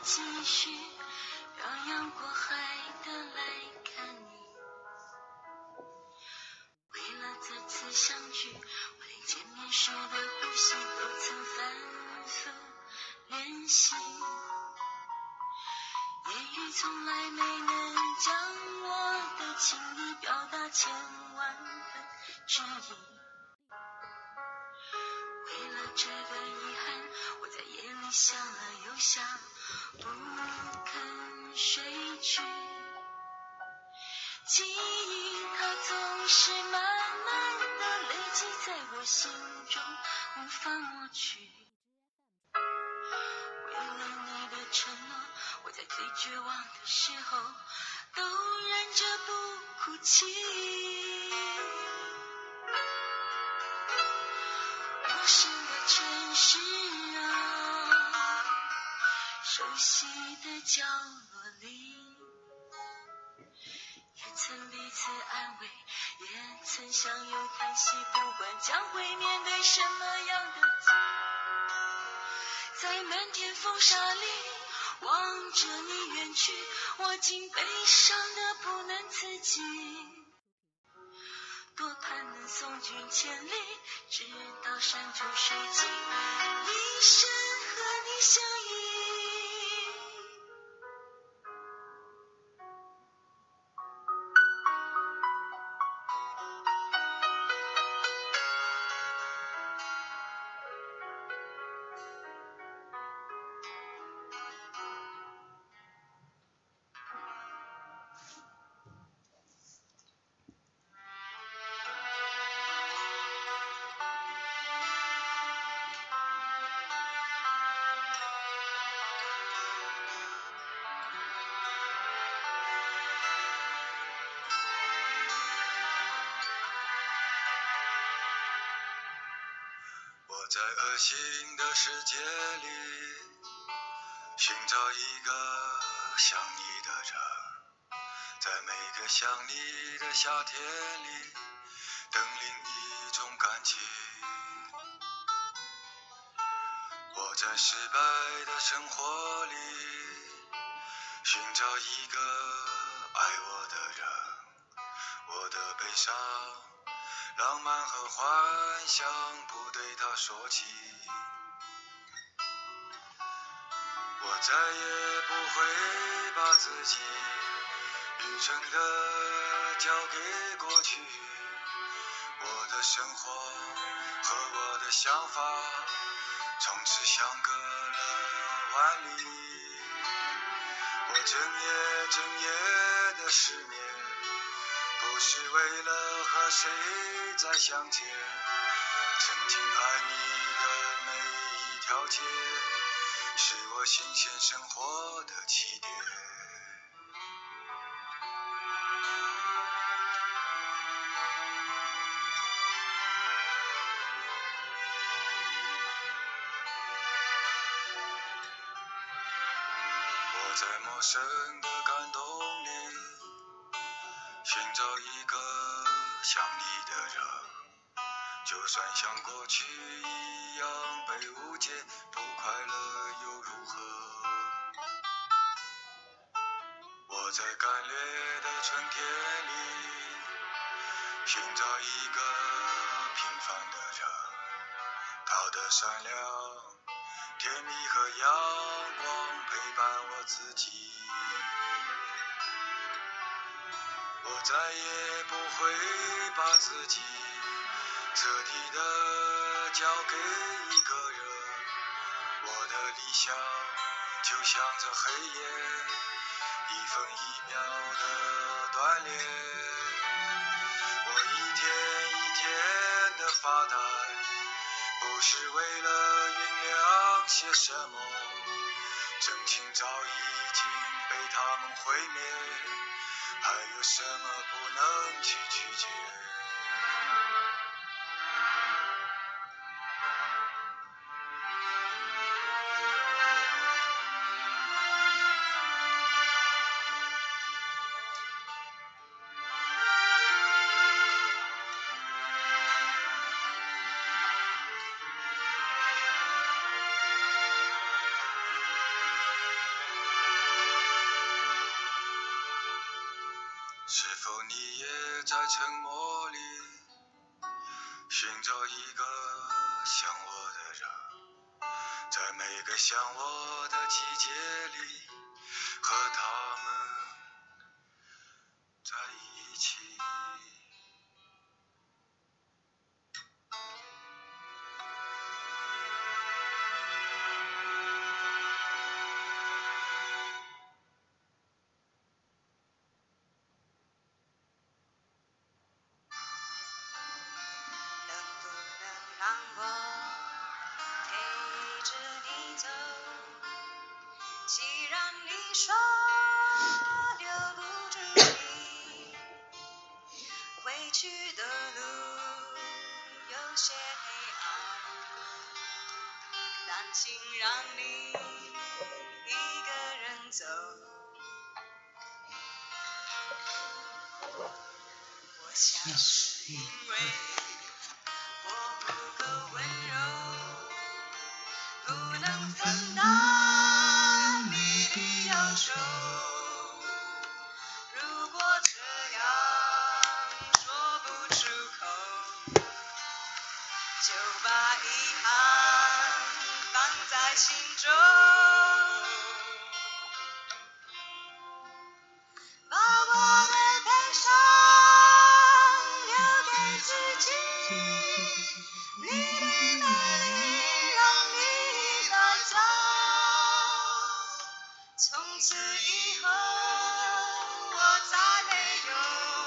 继续漂洋过海的来看你。为了这次相聚，我连见面时的呼吸都曾反复练习，言语从来没能将我的情意表达千万分之一。为了这个遗憾，我在夜里想了又想，不肯睡去。记忆它总是慢慢的累积在我心中，无法抹去。为了你的承诺，我在最绝望的时候都忍着不哭泣。陌生的城市啊，熟悉的角落里，也曾彼此安慰，也曾相拥叹息，不管将会面对什么样的境遇，在漫天风沙里望着你远去，我竟悲伤的不能自己。多盼能送君千里，直到山穷水尽，一生和你相依。 在恶心的世界里，寻找一个想你的人，在每个想你的夏天里，等另一种感情。我在失败的生活里，寻找一个爱我的人，我的悲伤浪漫和幻想不对他说起，我再也不会把自己愚蠢的交给过去，我的生活和我的想法从此相隔了万里，我整夜的失眠，不是为了和谁再相见，曾经爱你的每一条街，是我新鲜生活的起点。我在陌生的感动里，寻找一个想你的人，就算像过去一样被误解，不快乐又如何？我在干裂的春天里，寻找一个平凡的人，他的善良、甜蜜和阳光陪伴我自己。我再也不会把自己彻底的交给一个人，我的理想就像这黑夜，一分一秒的锻炼，我一天一天的发呆，不是为了原谅些什么，真情早已经被他们毁灭，还有什么不能去拒绝？ 否你也在沉默里寻找一个像我的人，在每个像我的季节里和他们在一起。 让我陪着你走，既然你说留不住你，回去的路有些黑暗，担心让你一个人走。我想是因为我不够温柔，不能分担你的忧愁。如果这样说不出口，就把遗憾放在心中，把我的悲伤留给自己。你的美丽让你带走，从此以后我再没有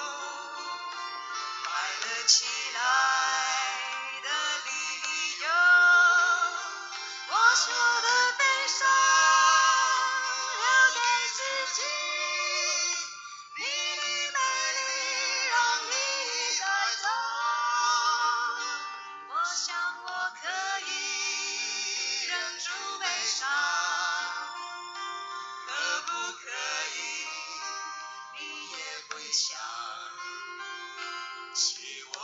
快乐起来的理由。我说的悲伤留给自己，你的美丽让你带走。我想我可以忍住悲伤，可不可以你也会想起我。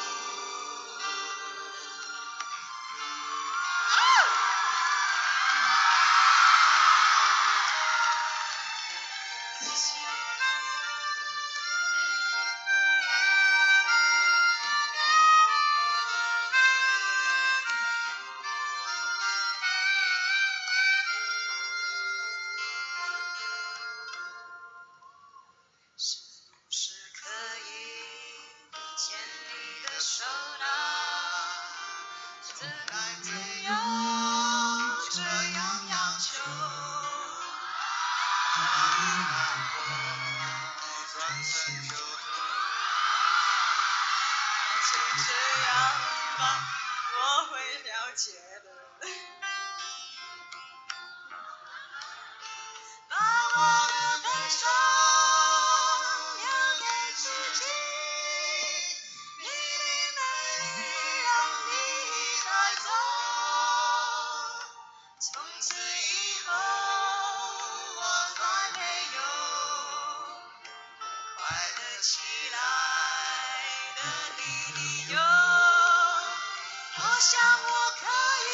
是不是可以牵你的手呢？怎该怎样这样要求？转身就走，就这样吧，我会了解的。把我的悲伤留给自己，你的美丽让你带走，从此以后我再没有快乐起来的理由。我想我可以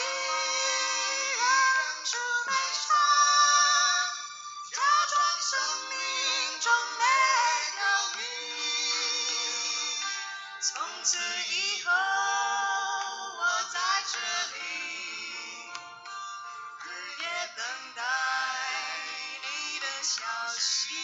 忍住悲伤，假装生命中没有你，从此以后我在这里日夜等待你的消息。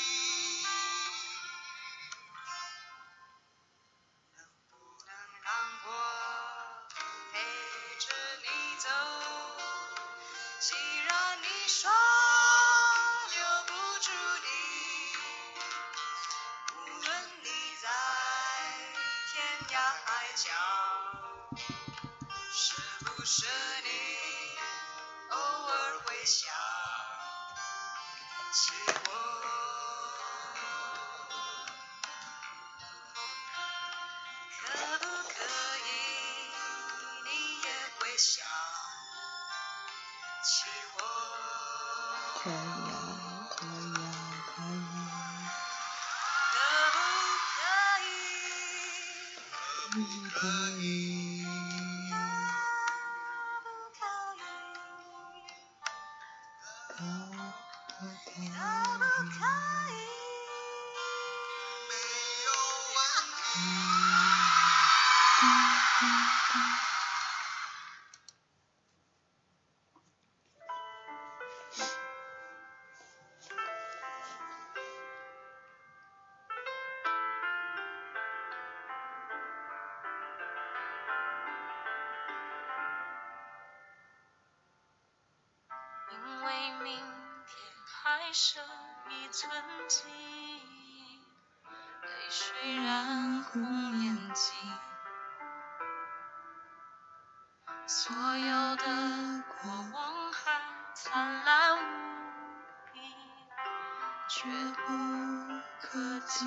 能不能让我陪着你走，既然你说留不住你，无论你在天涯海角，是不是你偶尔会想起我？可不可以你也会想起我？ 可以啊，可以啊，可以啊。 可不可以？ 可以。 可不可以？ 没有还剩一寸记忆，泪水染红眼睛，所有的过往还灿烂无比，却不可及。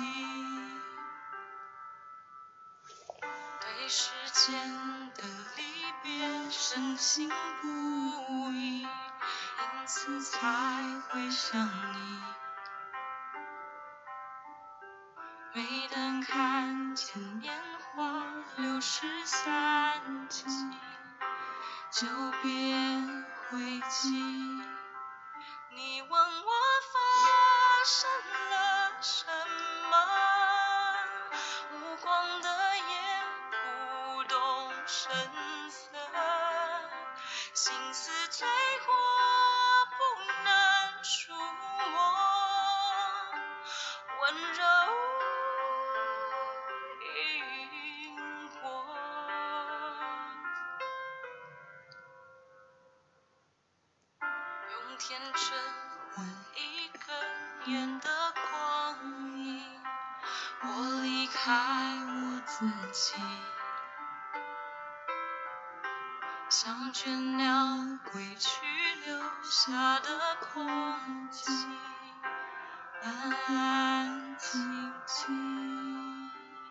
对时间的离别深信不疑，因此才会想你。没等看见年华流逝散尽，就别回击。你问我发生了什么，无光的夜不动声色，心思醉过不能触摸，温柔因果。用天真换一根烟的光阴，我离开我自己，像倦鸟归去留下的空气，安安静静。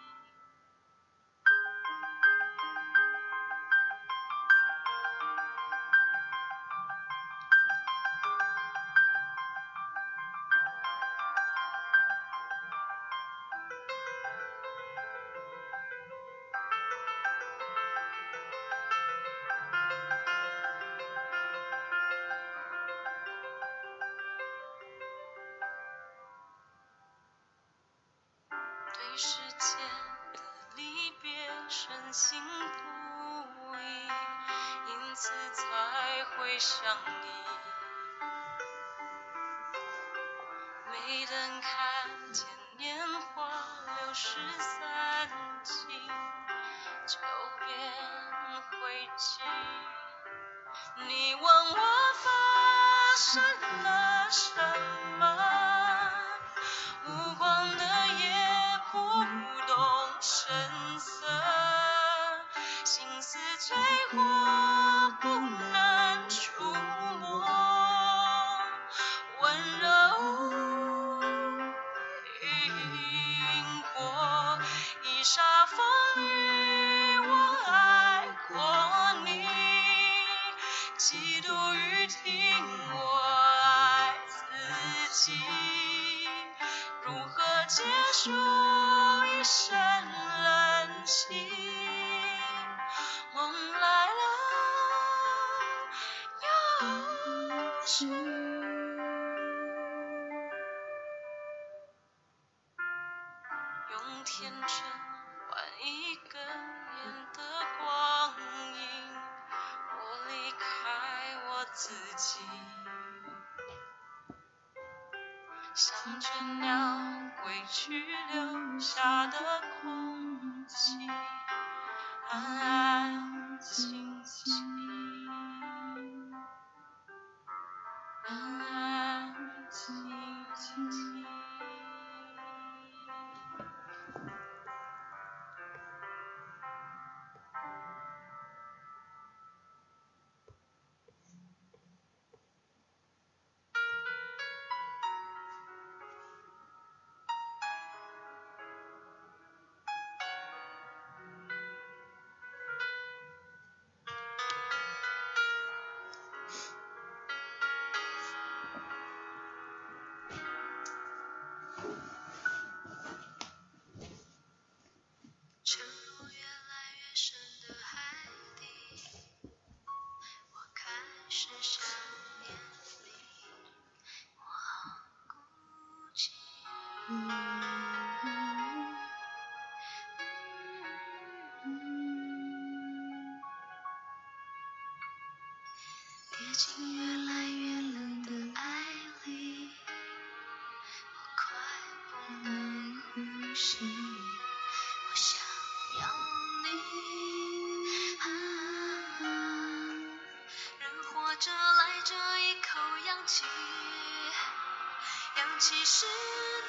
对世界的离别深信不疑，因此才会想你。没等看见年华流逝散尽，就便回击。你问我发生了什么，无光的夜不动声色，心思醉过不能触摸，温柔因果。一霎风雨我爱过你，几度雨停我爱自己，如何结束一生冷清？梦来了又去，用天真换一根烟的光阴，我离开我自己，像倦鸟归去留下的空气，安安静静，安安静静。沉入越来越深的海底，我开始想念你，我好孤寂。跌进越来越冷的爱里，我快不能呼吸。我想要你，人活着来这一口氧气， 扬起是你。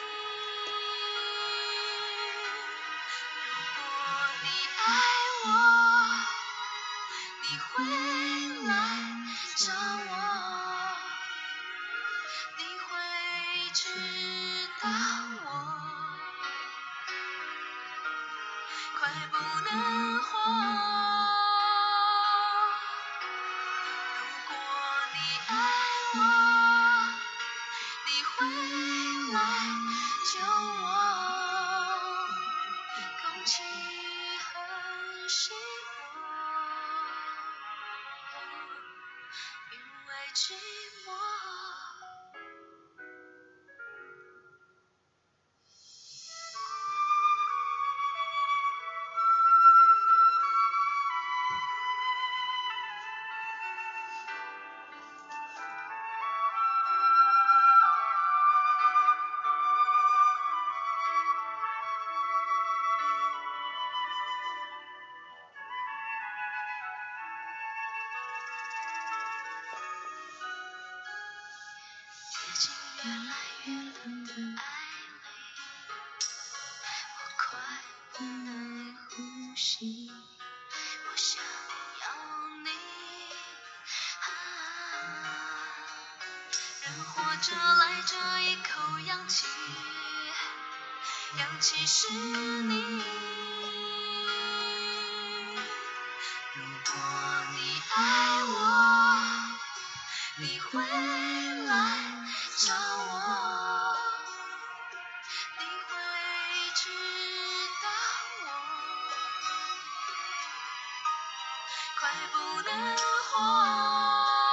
如果你爱我，你会来找我，你会知道我快不能活。如果你爱我，你会来救我，空气很稀薄，因为寂寞。接近越来越冷的爱里，我快不能呼吸，我想要你。人活着来这一口氧气，氧气是你。如果你爱我，你会来找我，你会知道我快不能活。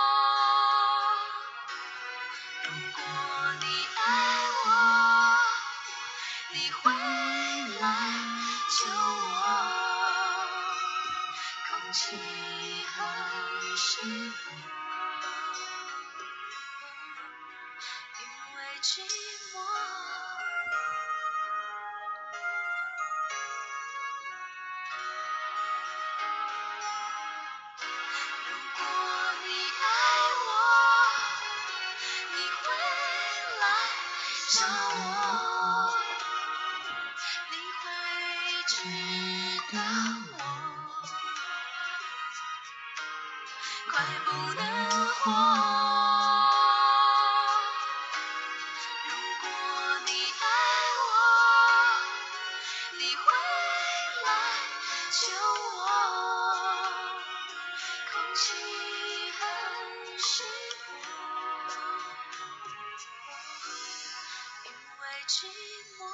如果你爱我，你会来救我，空气很稀薄，因为寂寞。如果你爱我，你会来找我，你会知道我快不能活。如果你爱我，你会来救我，空气很稀薄，因为寂寞。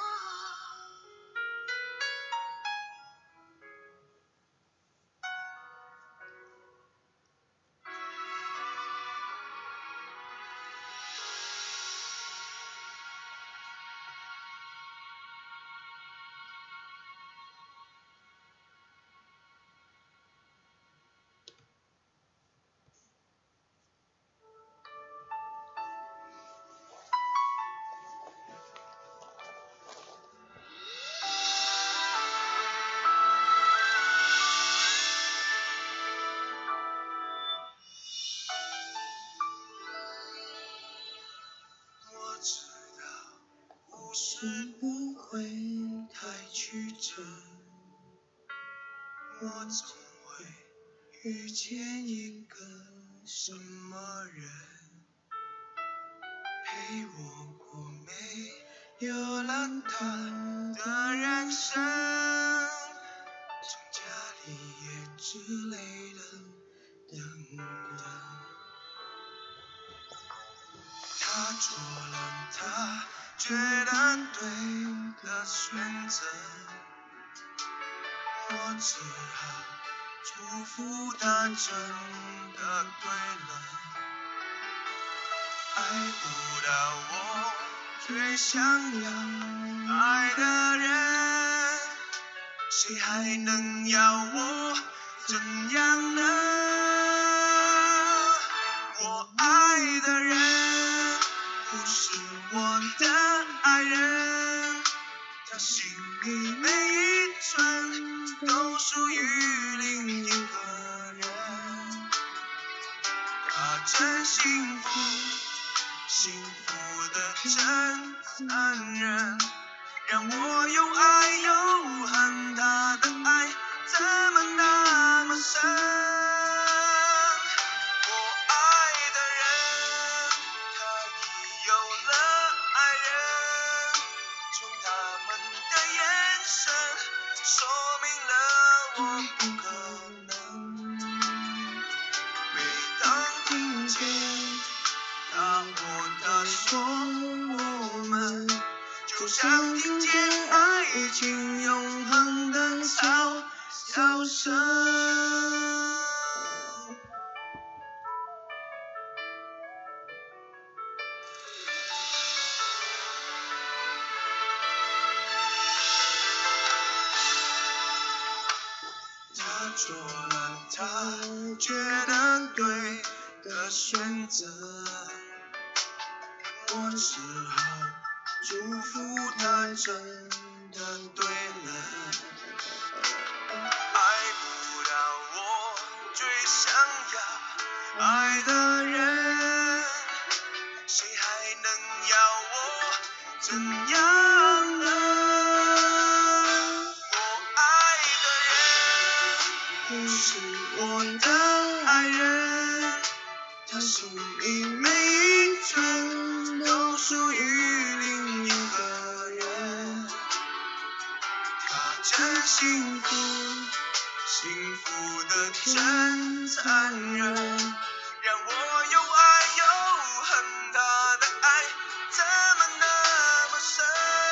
我知道故事不会太曲折，我总会遇见一个什么人，陪我过没有了他的人生，从家里也之类的等等。他做了他觉得对的选择，我只好祝福他真的对了。爱不到我最想要爱的人，谁还能要我怎样呢？我爱的人不是我的爱人，他心里每一寸都属于另一个人。他真幸福， 幸福的真男人，让我又爱又恨，他的爱怎么那么深？我爱的人，他已有了爱人，从他们的眼神说明了我不可能。每当听见他或她说我们，就像听见爱情永恒的嘲笑声。他做了他觉得对的选择，我只好祝福他真的对了。爱不了我最想要爱的人，谁还能要我怎样呢？我爱的人不是我的爱人，他心里每一寸都属于另一个人。他真幸福，幸福的真残忍，让我又爱又恨，他的爱怎么那么深？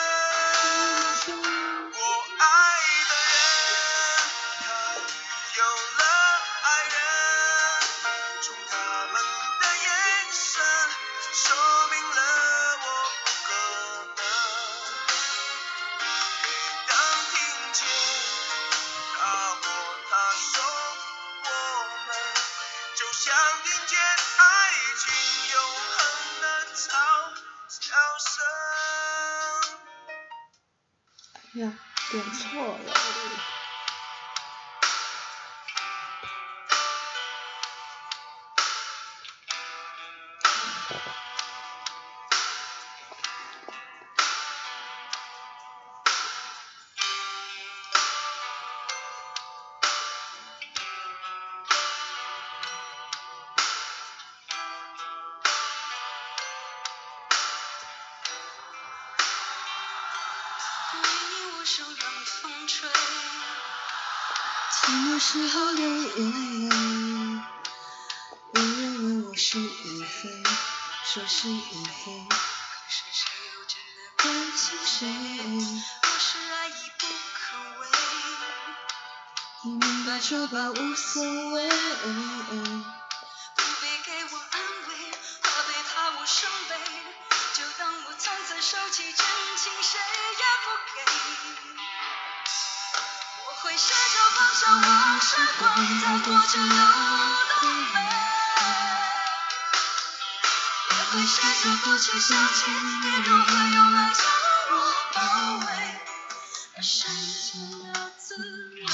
我爱的人，他已有了爱人，从他们的眼神说明了我不可能。每当听见他或她说我们，就像听见爱情永恒的嘲笑声。 哎呀，点错了。 为你我受冷风吹， 寂寞时候流眼泪，有人问我是与非，说是与非， 可是谁又真的关心谁？ 我是爱已不可为， 你明白说吧，无所谓。 不必给我安慰，怕被怕我伤悲，就当我从此收起真情，谁也不给。我会试着放下往事，光在过去流动泪，也会试着不去想起你如何用爱将我包围，而深深的滋味。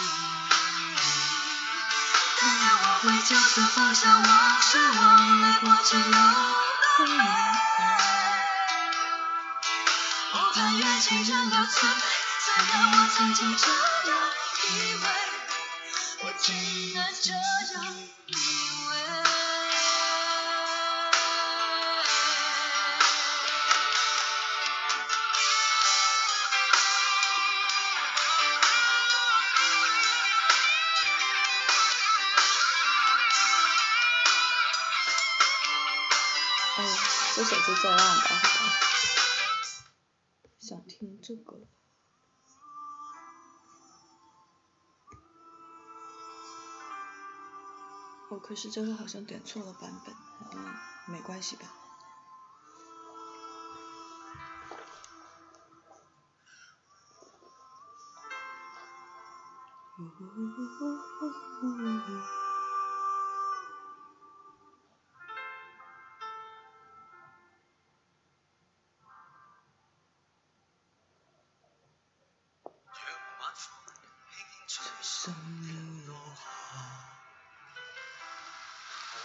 但愿我会就此放下往事，忘了过去流的泪。我怕缘尽仍有滋味，虽然我曾经这样以为，我真的这样以为。 哎，这首就这样吧，好吧。想听这个。哦，可是这个好像点错了版本，没关系吧。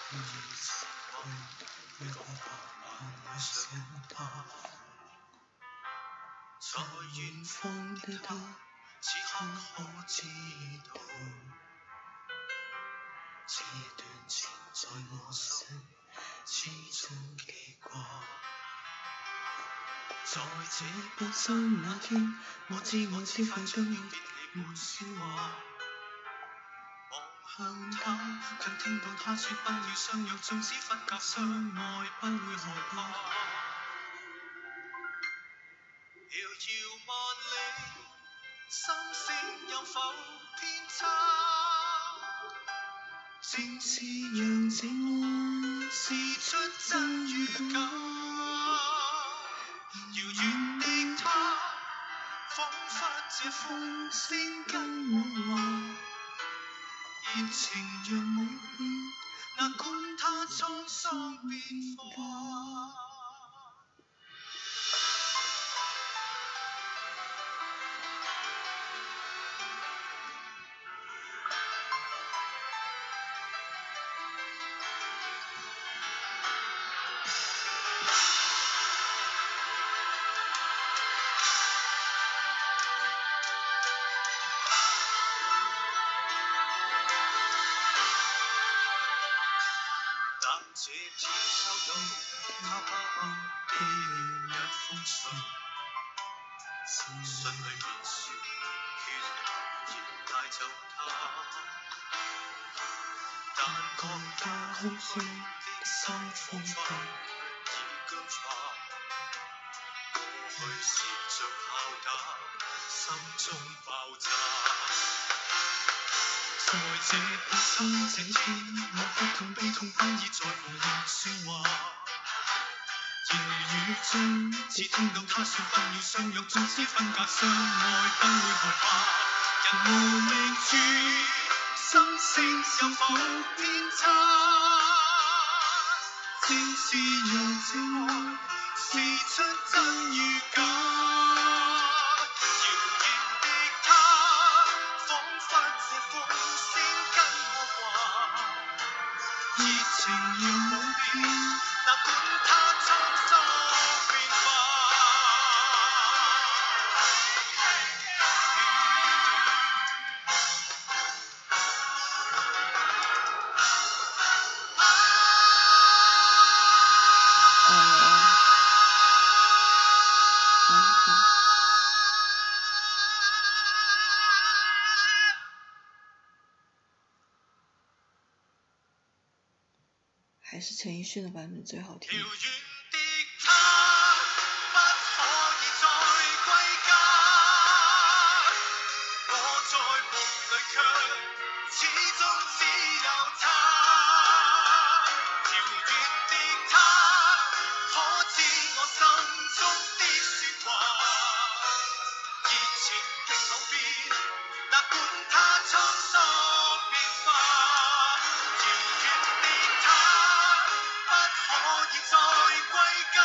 每次会回头望我身旁，在遠方的他，此刻可知道，這段情在我心始終記掛。在這奔生那天，我知我消費跟我別離沒說話。望向他，卻聽到他說不要相約，縱使分隔相愛不會害怕。遙遙萬里，心聲有否偏差？正是讓這愛試出真與假。遙遠的他，彷彿這風聲跟我話，熱情讓你變，哪管它滄桑變化。這天收到他的一封信，信裏面說勸仍帶走他，但覺得空虛的心彷彿已僵化，過去是像炮打，心中爆炸。在這半生這天，我不痛悲痛不已在乎人說話。言語中只聽到他說不要相約，縱使分隔相愛不會害怕。人無名處，心聲有否偏差？正是讓這愛試出真與假。熱情讓我變，哪管它滄桑變化。 还是陈奕迅的版本最好听。 遙遠的他，不可以再歸家。我在夢裏卻始終只有他。遙遠的他，可知我心中的説話？熱情並冇變，哪管它滄桑變化。再歸家，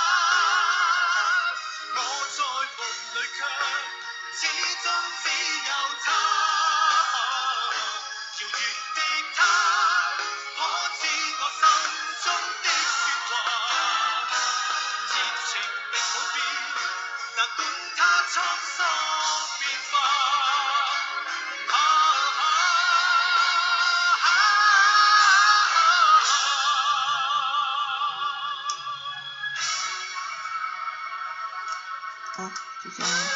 我在夢裏卻始終只有他。遙遠的他，可知我心中的説話？熱情並冇變，哪管它滄桑變化。 好，就这样。